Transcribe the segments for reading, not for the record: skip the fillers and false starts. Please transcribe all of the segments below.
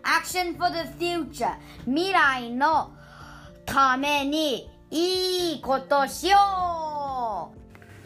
Action for the future 未来のためにいいことしよう。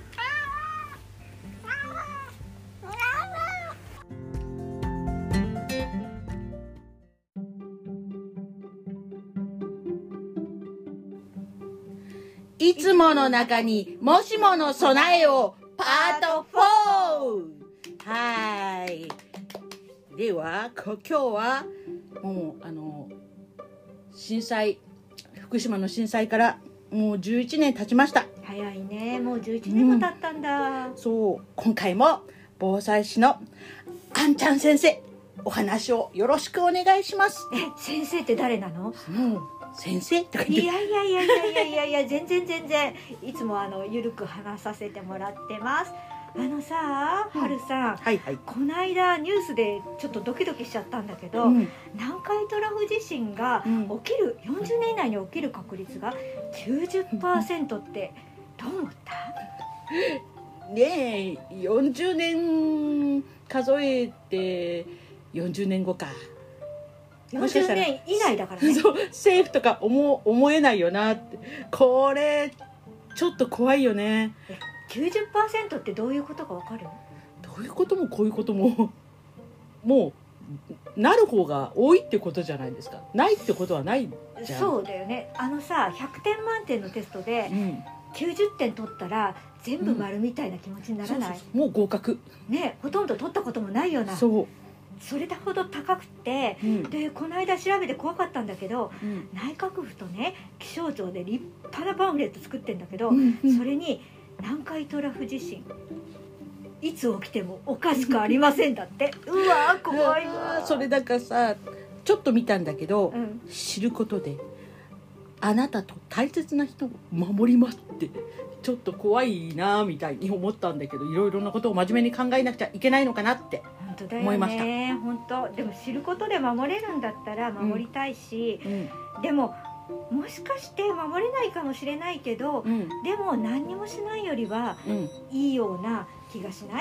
いつもの中にもしもの備えをパート 4。 はい。では今日はもう震災、福島の震災からもう11年経ちました。 早いね。もう11年も経ったんだ。 そう、今回も防災士のあんちゃん先生、お話をよろしくお願いします。 先生って誰なの？ もう先生とか言って。 いや全然いつもゆるく話させてもらってます。さ、はるさん、 はいはい。 この間ニュースでちょっとドキドキしちゃったんだけど、 うん南海トラフ地震が起きる、40年以内に起きる確率が 90% ってどう思った？ ねえ、40年数えて40年後か。 40年以内だからね。 そう、政府とか思えないよなって。これちょっと怖いよね。 90% ってどういうことかわかる？ どういうこともこういうことももうなる方が多いってことじゃないですか。ないってことはないじゃん。 そうだよね。さ、100点満点のテストで90点取ったら全部丸みたいな気持ちにならない？ そうもう合格ね、ほとんど取ったこともないような。 そうそれほど高くて、でこの間調べて怖かったんだけど、内閣府とね気象庁で立派なパンフレット作ってんだけど、それに南海トラフ地震いつ起きてもおかしくありませんだって。うわー怖いわ。 それだからさ、ちょっと見たんだけど、知ることであなたと大切な人を守りますってちょっと怖いなみたいに思ったんだけど、いろいろなことを真面目に考えなくちゃいけないのかなって思いました。 本当でも知ることで守れるんだったら守りたいし、でももしかして守れないかもしれないけど、でも何にもしないよりはいいような気がしない？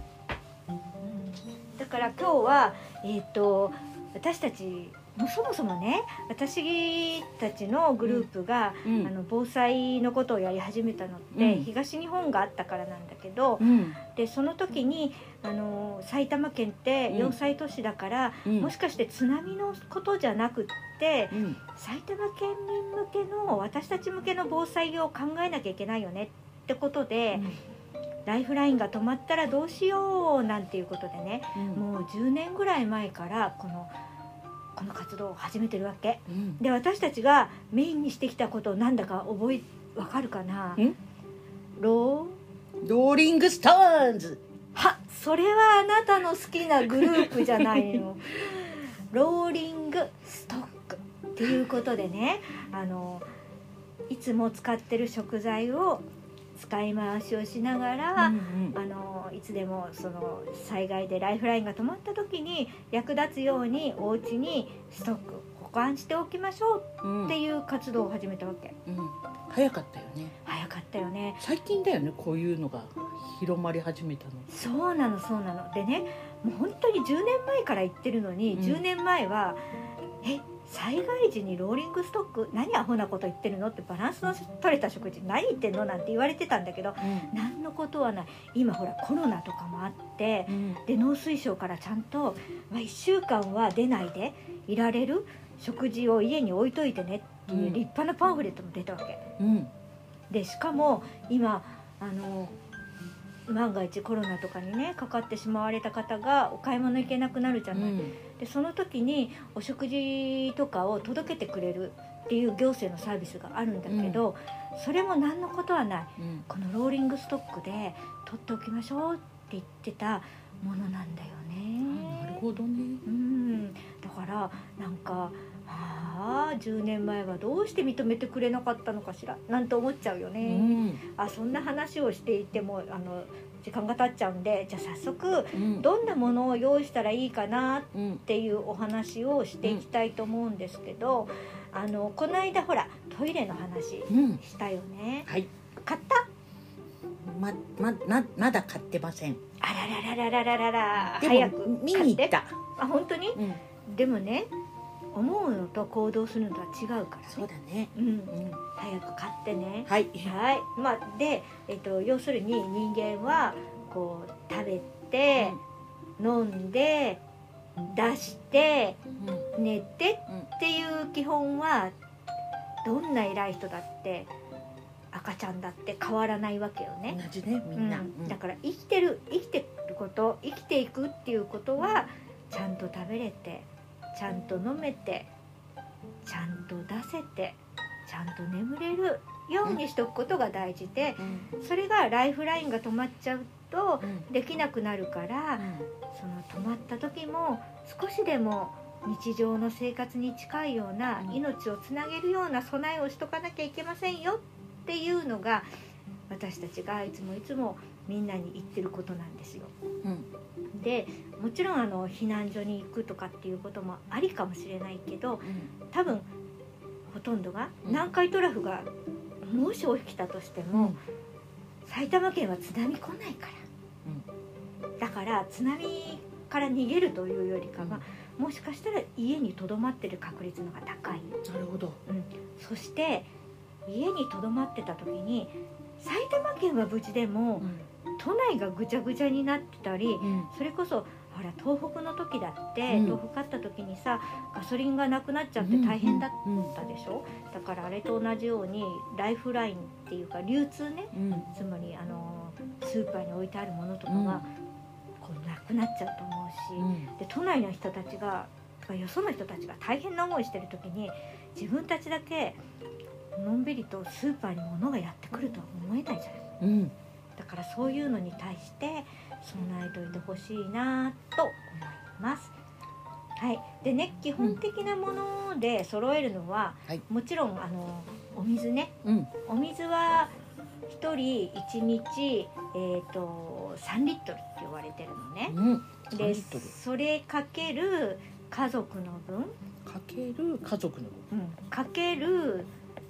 だから今日は私たちそもそもね、私たちのグループが、防災のことをやり始めたのって、東日本があったからなんだけど、でその時に埼玉県って要塞都市だから、もしかして津波のことじゃなくって、埼玉県民向けの私たち向けの防災を考えなきゃいけないよねってことで、ライフラインが止まったらどうしようなんていうことでね、もう10年ぐらい前からこの活動を始めてるわけ、で私たちがメインにしてきたことなんだかわかるかな？ローリングストーンズ。 それはあなたの好きなグループじゃないの。ローリングストックっていうことでね、いつも使ってる食材を使い回しをしながら、いつでもその災害でライフラインが止まった時に役立つようにお家にストック保管しておきましょうっていう活動を始めたわけ。 早かったよね。 早かったよね。 最近だよね、こういうのが広まり始めたの。 そうなのでね、もう本当に10年前から言ってるのに、10年前は災害時にローリングストック何アホなこと言ってるのって、バランスの取れた食事何言ってんのなんて言われてたんだけど、何のことはない。今ほらコロナとかもあって、で農水省からちゃんと、1週間は出ないでいられる食事を家に置いといてねっていう立派なパンフレットも出たわけ、でしかも今万が一コロナとかにねかかってしまわれた方がお買い物行けなくなるじゃない、でその時にお食事とかを届けてくれるっていう行政のサービスがあるんだけど、それも何のことはない、このローリングストックで取っておきましょうって言ってたものなんだよね。 なるほどね。 だからなんか10年前はどうして認めてくれなかったのかしらなんて思っちゃうよね、そんな話をしていても時間が経っちゃうんで、じゃあ早速、どんなものを用意したらいいかなっていうお話をしていきたいと思うんですけど、この間ほらトイレの話したよね、買った？ まだ買ってません。 あらららららららら、 早く見に行った。 本当に？ でもね、思うのと行動するのとは違うからね。 そうだね。 早く買ってね。 はい。 はい。まあで、要するに人間はこう食べて、飲んで出して寝てっていう基本はどんな偉い人だって赤ちゃんだって変わらないわけよね。 同じね、みんな。 だから生きてること、生きていくっていうことはちゃんと食べれて、ちゃんと飲めて、ちゃんと出せて、ちゃんと眠れるようにしておくことが大事で、それがライフラインが止まっちゃうとできなくなるから、その止まった時も少しでも日常の生活に近いような、命をつなげるような備えをしとかなきゃいけませんよっていうのが私たちがいつもみんなに言ってることなんですよ。でもちろん避難所に行くとかっていうこともありかもしれないけど、多分ほとんどが南海トラフがもし起きたとしても、埼玉県は津波来ないから、だから津波から逃げるというよりかは、もしかしたら家にとどまってる確率の方が高い。 なるほど。 そして家にとどまってた時に埼玉県は無事でも、都内がぐちゃぐちゃになってたり、それこそほら東北の時だって、東北あった時にさガソリンがなくなっちゃって大変だったでしょ。だからあれと同じようにライフラインっていうか流通ね、つまりスーパーに置いてあるものとかがこうなくなっちゃうと思うし、で都内の人たちがよその人たちが大変な思いしてる時に自分たちだけのんびりとスーパーに物がやってくるとは思えないじゃない。だからそういうのに対して備えといてほしいなと思います。はい。でね、基本的なもので揃えるのは、もちろんお水ね、お水は1人1日3リットルって言われてるのね。でそれかける家族の分かける家族の分、 かける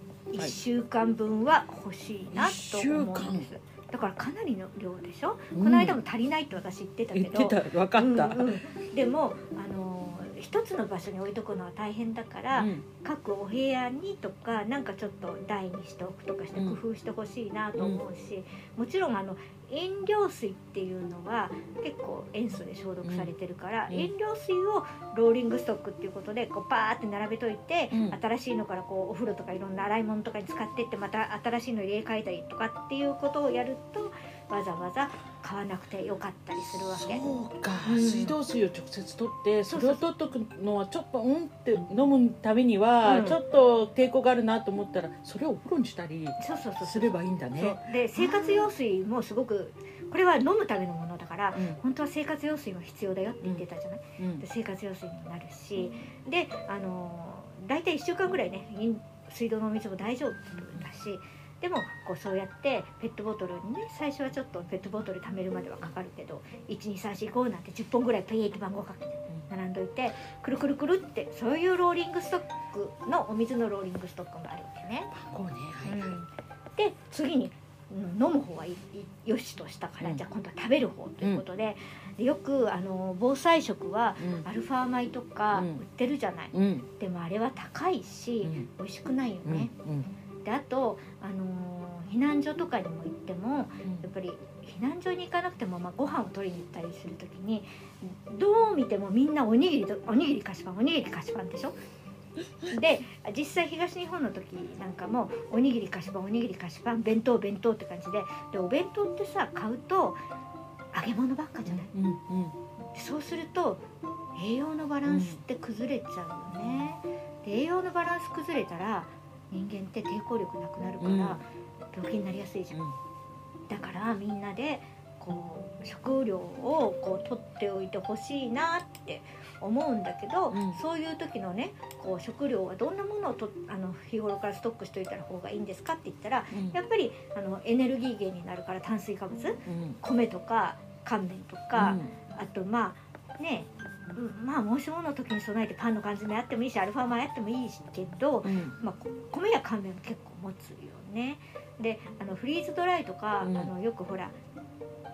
1週間分は欲しいなと思うんです。だからかなりの量でしょ。この間も足りないって私言ってたけど、 分かった、 でも一つの場所に置いとくのは大変だから、各お部屋にとかなんかちょっと台にしておくとかして工夫してほしいなと思うし、もちろん飲料水っていうのは結構塩素で消毒されてるから、飲料水をローリングストックっていうことでこうパーって並べといて、新しいのからこうお風呂とかいろんな洗い物とかに使ってってまた新しいの入れ替えたりとかっていうことをやるとわざわざ買わなくてよかったりするわけ。 そうか、水道水を直接取ってそれを取っとくのはちょっとって飲むためにはちょっと抵抗があるなと思ったらそれをお風呂にしたりすればいいんだね。 で生活用水もすごくこれは飲むためのものだから、本当は生活用水も必要だよって言ってたじゃない、で生活用水にもなるし、で大体1週間ぐらいね水道のお水も大丈夫だし、でもこうそうやってペットボトルにね、最初はちょっとペットボトル貯めるまではかかるけど 1,2,3,4,5 なんて10本ぐらいペーって番号かけて並んどいてくるくるくるってそういうローリングストックのお水のローリングストックがあるわけね。 番号ね、 で次に飲む方はよしとしたから、じゃあ今度は食べる方ということで、よく防災食はアルファ米とか売ってるじゃない、でもあれは高いし、美味しくないよね。であと、避難所とかにも行っても、やっぱり避難所に行かなくても、ご飯を取りに行ったりする時にどう見てもみんなおにぎり菓子パンでしょ。で実際東日本の時なんかもおにぎり菓子パン弁当って感じで、お弁当ってさ買うと揚げ物ばっかじゃない、そうすると栄養のバランスって崩れちゃうよね。で栄養のバランス崩れたら人間って抵抗力なくなるから病気になりやすいじゃん。だからみんなでこう食料をこう取っておいてほしいなって思うんだけど、そういう時のねこう食料はどんなものを日頃からストックしておいた方がいいんですかって言ったら、やっぱりエネルギー源になるから炭水化物、米とか乾麺とか、あともしもの時に備えてパンの缶詰あってもいいしアルファ米あってもいいけど、米や乾麺も結構持つよね。でフリーズドライとか、よくほら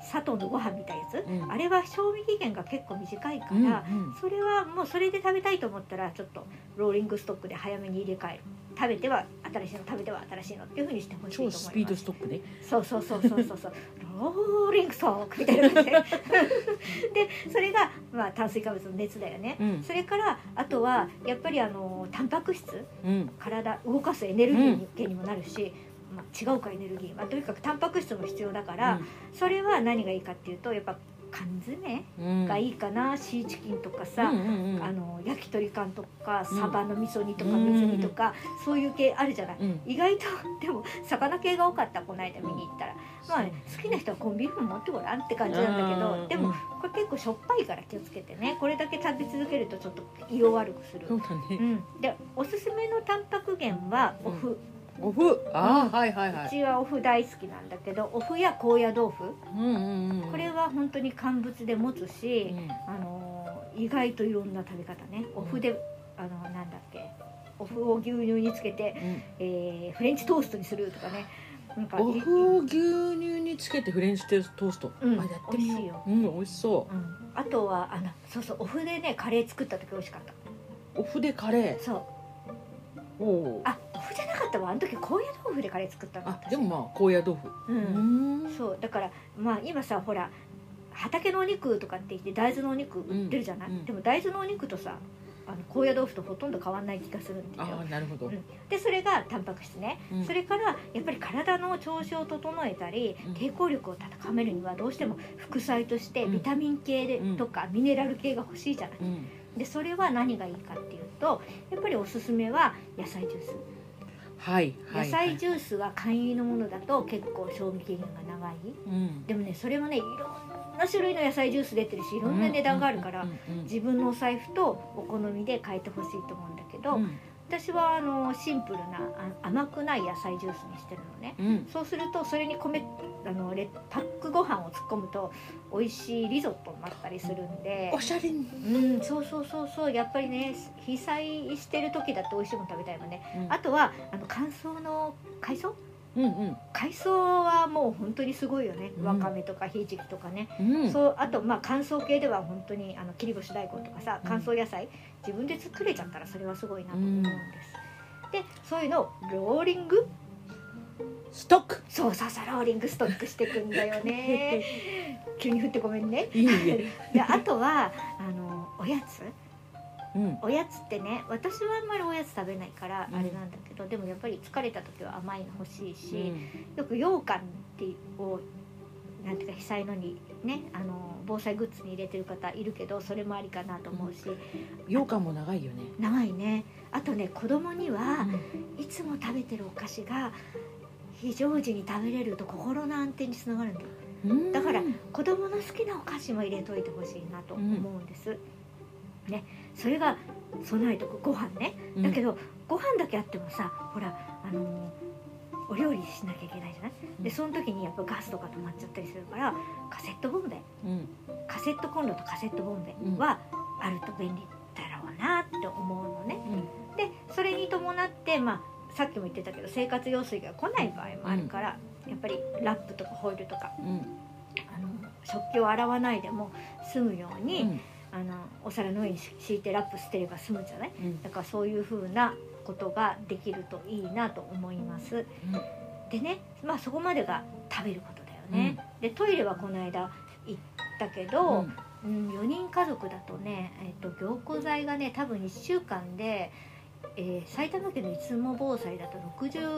砂糖のご飯みたいなやつ、 うんあれは賞味期限が結構短いから、 うんうんそれはもうそれで食べたいと思ったらちょっとローリングストックで早めに入れ替える。食べては新しいの食べては新しいのっていう風にしてほしいと思います。 超スピードストックね。 そうローリングストックみたいな感じででそれが、まあ、炭水化物の熱だよね、 うんそれからあとはやっぱりタンパク質、 うん体動かすエネルギー源にもなるし、まあ、違うかエネルギー、まあ、とにかくタンパク質も必要だから、それは何がいいかっていうとやっぱ缶詰うんがいいかな、シーチキンとかさ、 うんうんうん焼き鳥缶とかうんサバの味噌煮とかうん水煮とか、そういう系あるじゃない、 うん意外とでも魚系が多かったこの間見に行ったら、まあね、 そう好きな人はコンビーフも持ってごらんって感じなんだけど、でもこれ結構しょっぱいから気をつけてね、これだけ食べ続けるとちょっと胃を悪くする。 そうだね。 でおすすめのタンパク源はお麩、 お麩、はいはいはうい。 ちはお麩大好きなんだけど、お麩や高野豆腐、 うんうんうん。 これは本当に乾物で持つし、 うん意外といろんな食べ方ね、お麩でなんだっけ、お麩を牛乳につけて、フレンチトーストにするとかね、なんかお麩を牛乳につけてフレンチトースト、 うんやってみよう。 美味しいよ美味しそあとはそうお麩でねカレー作った時美味しかった。 う。お麩でカレそうー。おー。 お麩じゃなかったわ、あの時高野豆腐でカレー作ったの。私でもまあ高野豆腐。 そうだからまあ今さほら畑のお肉とかって言って大豆のお肉売ってるじゃない、でも大豆のお肉とさ高野豆腐とほとんど変わんない気がするんだよ。 なるほど。 でそれがタンパク質ね、それからやっぱり体の調子を整えたり、抵抗力を高めるにはどうしても副菜としてビタミン系で、とかミネラル系が欲しいじゃない、でそれは何がいいかっていうとやっぱりおすすめは野菜ジュース。野菜ジュースは簡易のものだと結構賞味期限が長い、でもねそれもねいろんな種類の野菜ジュース出てるしいろんな値段があるから自分のお財布とお好みで変えてほしいと思うんだけど、私はシンプルな甘くない野菜ジュースにしてるのね、そうするとそれにパックご飯を突っ込むと美味しいリゾットになったりするんで、 おしゃれに。 そうやっぱりね被災してる時だって美味しいもの食べたいもんね、あとは乾燥の海藻、海藻はもう本当にすごいよね、わかめとかひじきとかね、あとまあ乾燥系では本当に切り干し大根とかさ乾燥野菜、自分で作れちゃったらそれはすごいなと思うんです、でそういうのをローリングストック。 そうローリングストックしていくんだよね急に振ってごめんね。であとはおやつ、おやつってね私はあんまりおやつ食べないからあれなんだけど、でもやっぱり疲れた時は甘いの欲しいし、よく羊羹をなんていうか被災のにね防災グッズに入れてる方いるけど、それもありかなと思うし、 羊羹も長いよね。 長いね。あとね子供には、いつも食べてるお菓子が非常時に食べれると心の安定につながるんだよ。だから子供の好きなお菓子も入れといてほしいなと思うんです、ね、それが備えとくご飯ね、だけどご飯だけあってもさほらお料理しなきゃいけないじゃない、でその時にやっぱガスとか止まっちゃったりするからカセットボンベ、カセットコンロとカセットボンベはあると便利だろうなって思うのね、でそれに伴ってさっきも言ってたけど生活用水が来ない場合もあるから、やっぱりラップとかホイルとか、食器を洗わないでも済むように、お皿の上に敷いてラップ捨てれば済むじゃない、だからそういう風なことができるといいなと思います、でねそこまでが食べることだよね、でトイレはこの間行ったけど、4人家族だとね、凝固剤がね多分1週間で埼玉県のいつも防災だと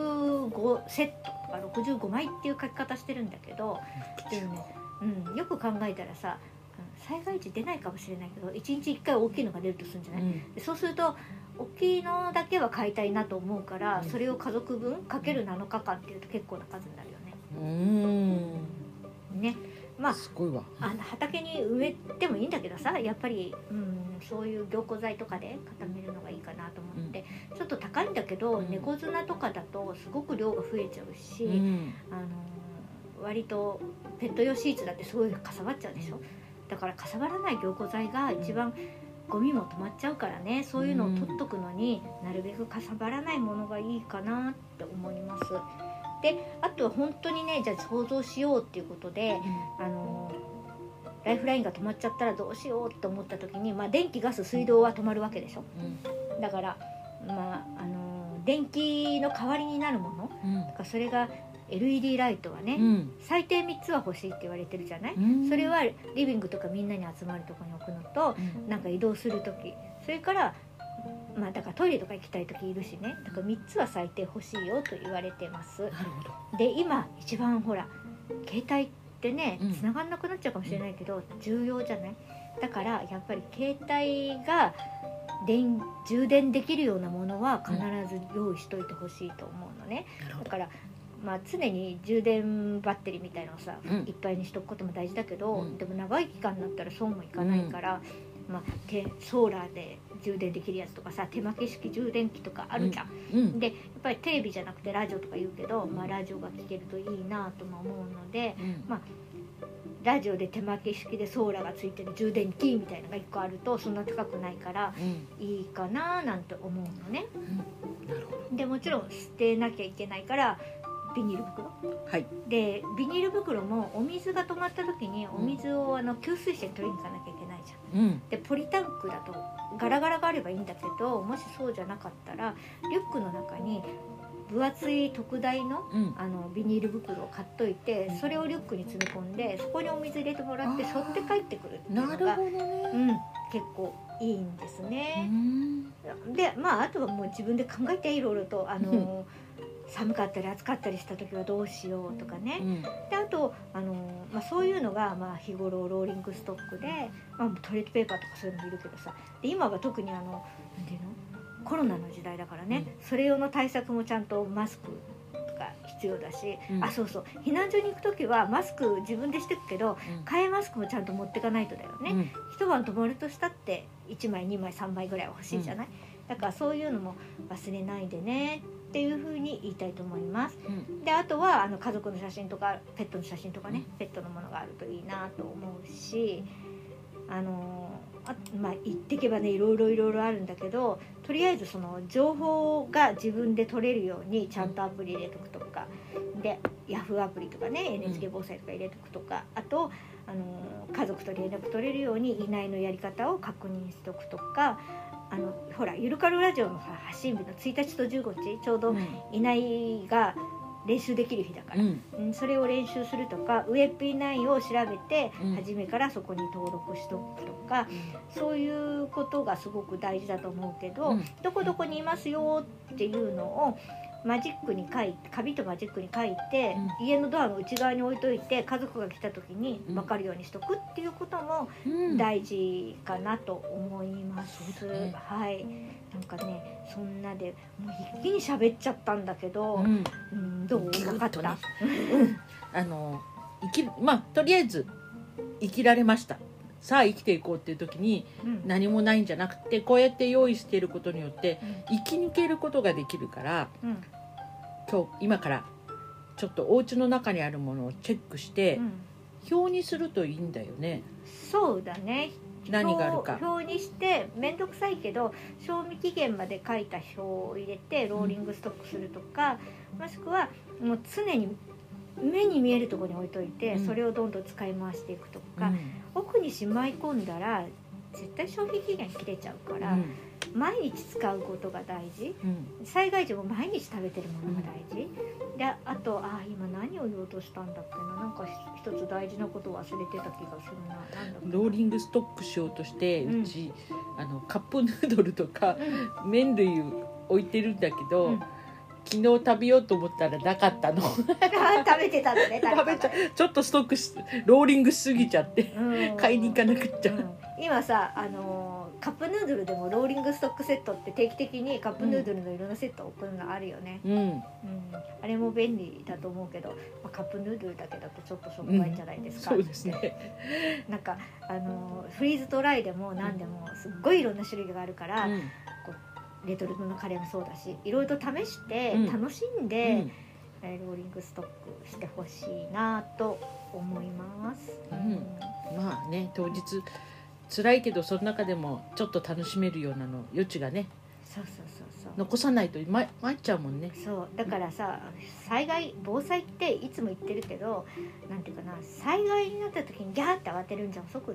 65セットとか65枚っていう書き方してるんだけど、でもね、よく考えたらさ災害時出ないかもしれないけど1日1回大きいのが出るとするんじゃない、でそうすると大きいのだけは買いたいなと思うから、それを家族分かける7日間っていうと結構な数になるよね。 すごいわ。 畑に植えてもいいんだけどさやっぱり、そういう凝固剤とかで固めるのがいいかなと思って、ちょっと高いんだけど、猫砂とかだとすごく量が増えちゃうし、割とペット用シーツだってすごいかさばっちゃうでしょ。だからかさばらない凝固剤が一番ゴミも止まっちゃうからね、そういうのを取っとくのになるべくかさばらないものがいいかなって思います。 であとは本当にねじゃあ想像しようっていうことで、ライフラインが止まっちゃったらどうしようと思った時に、電気ガス水道は止まるわけでしょ、だから電気の代わりになるもの、だからそれが LED ライトはね、最低3つは欲しいって言われてるじゃない、それはリビングとかみんなに集まるところに置くのと、なんか移動する時、それからだからトイレとか行きたい時いるしね、だから3つは最低欲しいよと言われてます。 なるほど。 で今一番ほら携帯ってね繋がんなくなっちゃうかもしれないけど、重要じゃない。だからやっぱり携帯が充電できるようなものは必ず用意しといてほしいと思うのね。だから常に充電バッテリーみたいなのをさ、いっぱいにしとくことも大事だけど、でも長い期間になったらそうもいかないから、ソーラーで充電できるやつとかさ、手巻き式充電器とかあるじゃん、でやっぱりテレビじゃなくてラジオとか言うけど、ラジオが聴けるといいなとも思うので、ラジオで手巻き式でソーラーがついてる充電器みたいなのが1個あるとそんな高くないからいいかななんて思うのね、でもちろん捨てなきゃいけないからビニール袋、でビニール袋もお水が止まった時にお水を給水車に取りに行かなきゃいけないじゃん、でポリタンクだとガラガラがあればいいんだけど、もしそうじゃなかったらリュックの中に分厚い特大の、ビニール袋を買っといて、それをリュックに詰め込んでそこにお水入れてもらって背負って帰ってくるっていうのが、結構いいんですね。であとはもう自分で考えていろいろと寒かったり暑かったりした時はどうしようとかね、であとそういうのが日頃ローリングストックで、トイレットペーパーとかそういうのもいるけどさ、で今は特になんていうのコロナの時代だからね、それ用の対策もちゃんとマスクとか必要だし、そうそう、避難所に行く時はマスク自分でしてくけど、替えマスクもちゃんと持ってかないとだよね、一晩泊まるとしたって1枚2枚3枚ぐらいは欲しいじゃない、だからそういうのも忘れないでねっていう風に言いたいと思います、であとは家族の写真とかペットの写真とかね、ペットのものがあるといいなと思うし、言ってけばねいろいろあるんだけど、とりあえずその情報が自分で取れるようにちゃんとアプリ入れとくとかで、ヤフーアプリとかね NHK 防災とか入れとくとか、あと家族と連絡取れるようにいないのやり方を確認しておくとか、ほらゆるかるラジオの発信日の1日と15日ちょうどいないが練習できる日だから、それを練習するとか、ウェブいないを調べて初めからそこに登録しとくとか、そういうことがすごく大事だと思うけど、どこどこにいますよっていうのをマジックに書いて、紙とマジックに書いて、家のドアの内側に置いといて家族が来た時に分かるようにしとくっていうことも大事かなと思います、はい。なんかねそんなでもう一気に喋っちゃったんだけど、どう分かった、 とりあえず生きられました。さあ生きていこうっていう時に何もないんじゃなくて、こうやって用意していることによって生き抜けることができるから、今からちょっとお家の中にあるものをチェックして表にするといいんだよね。 そうだね、 何があるか表にして、めんどくさいけど賞味期限まで書いた表を入れてローリングストックするとか、もしくはもう常に目に見えるところに置いといて、それをどんどん使い回していくとか、奥にしまい込んだら絶対消費期限切れちゃうから、毎日使うことが大事、災害時も毎日食べてるものが大事で、あと今何を言おうとしたんだっけな、なんか一つ大事なことを忘れてた気がするな。なんだっけな、 ローリングストックしようとして、うちカップヌードルとか、麺類置いてるんだけど、昨日食べようと思ったらなかったの食べてたのね、 食べちゃちょっとストックローリングしすぎちゃって、買いに行かなくっちゃ、 今さカップヌードルでもローリングストックセットって定期的にカップヌードルのいろんなセットを送るのあるよね、あれも便利だと思うけど、カップヌードルだけだとちょっとしょっぱいんじゃないですか、 そうですね。 なんかフリーズドライでも何でもすっごいいろんな種類があるから、こうレトルトのカレーもそうだし、いろいろと試して楽しんで、ローリングストックしてほしいなと思います、 まあね、当日辛いけどその中でもちょっと楽しめるようなの余地がね、 そう残さないと参っちゃうもんね。 そうだからさ、防災っていつも言ってるけど、なんていうかな、災害になった時にギャーって慌てるんじゃ遅くって、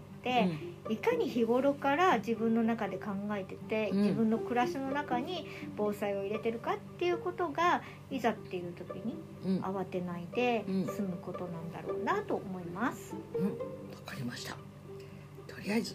いかに日頃から自分の中で考えてて、自分の暮らしの中に防災を入れてるかっていうことが、いざっていう時に慌てないで済むことなんだろうなと思います。 わかりました。とりあえず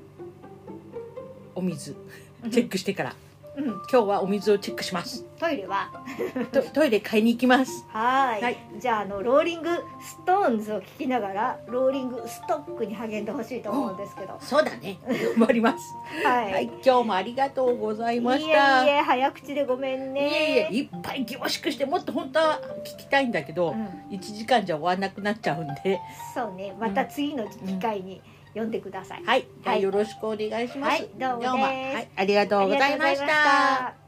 お水チェックしてから、今日はお水をチェックします。 トイレはトイレ買いに行きます。 はい、じゃあローリングストーンズを聞きながらローリングストックに励んでほしいと思うんですけど。 そうだね、頑張ります。はい、今日もありがとうございました。 いえいえ、早口でごめんね。 いっぱい凝縮してもっと本当は聞きたいんだけど、1時間じゃ終わらなくなっちゃうんで。 そうね、また次の機会に読んでください。 はい、よろしくお願いします。 どうもです。 ありがとうございました。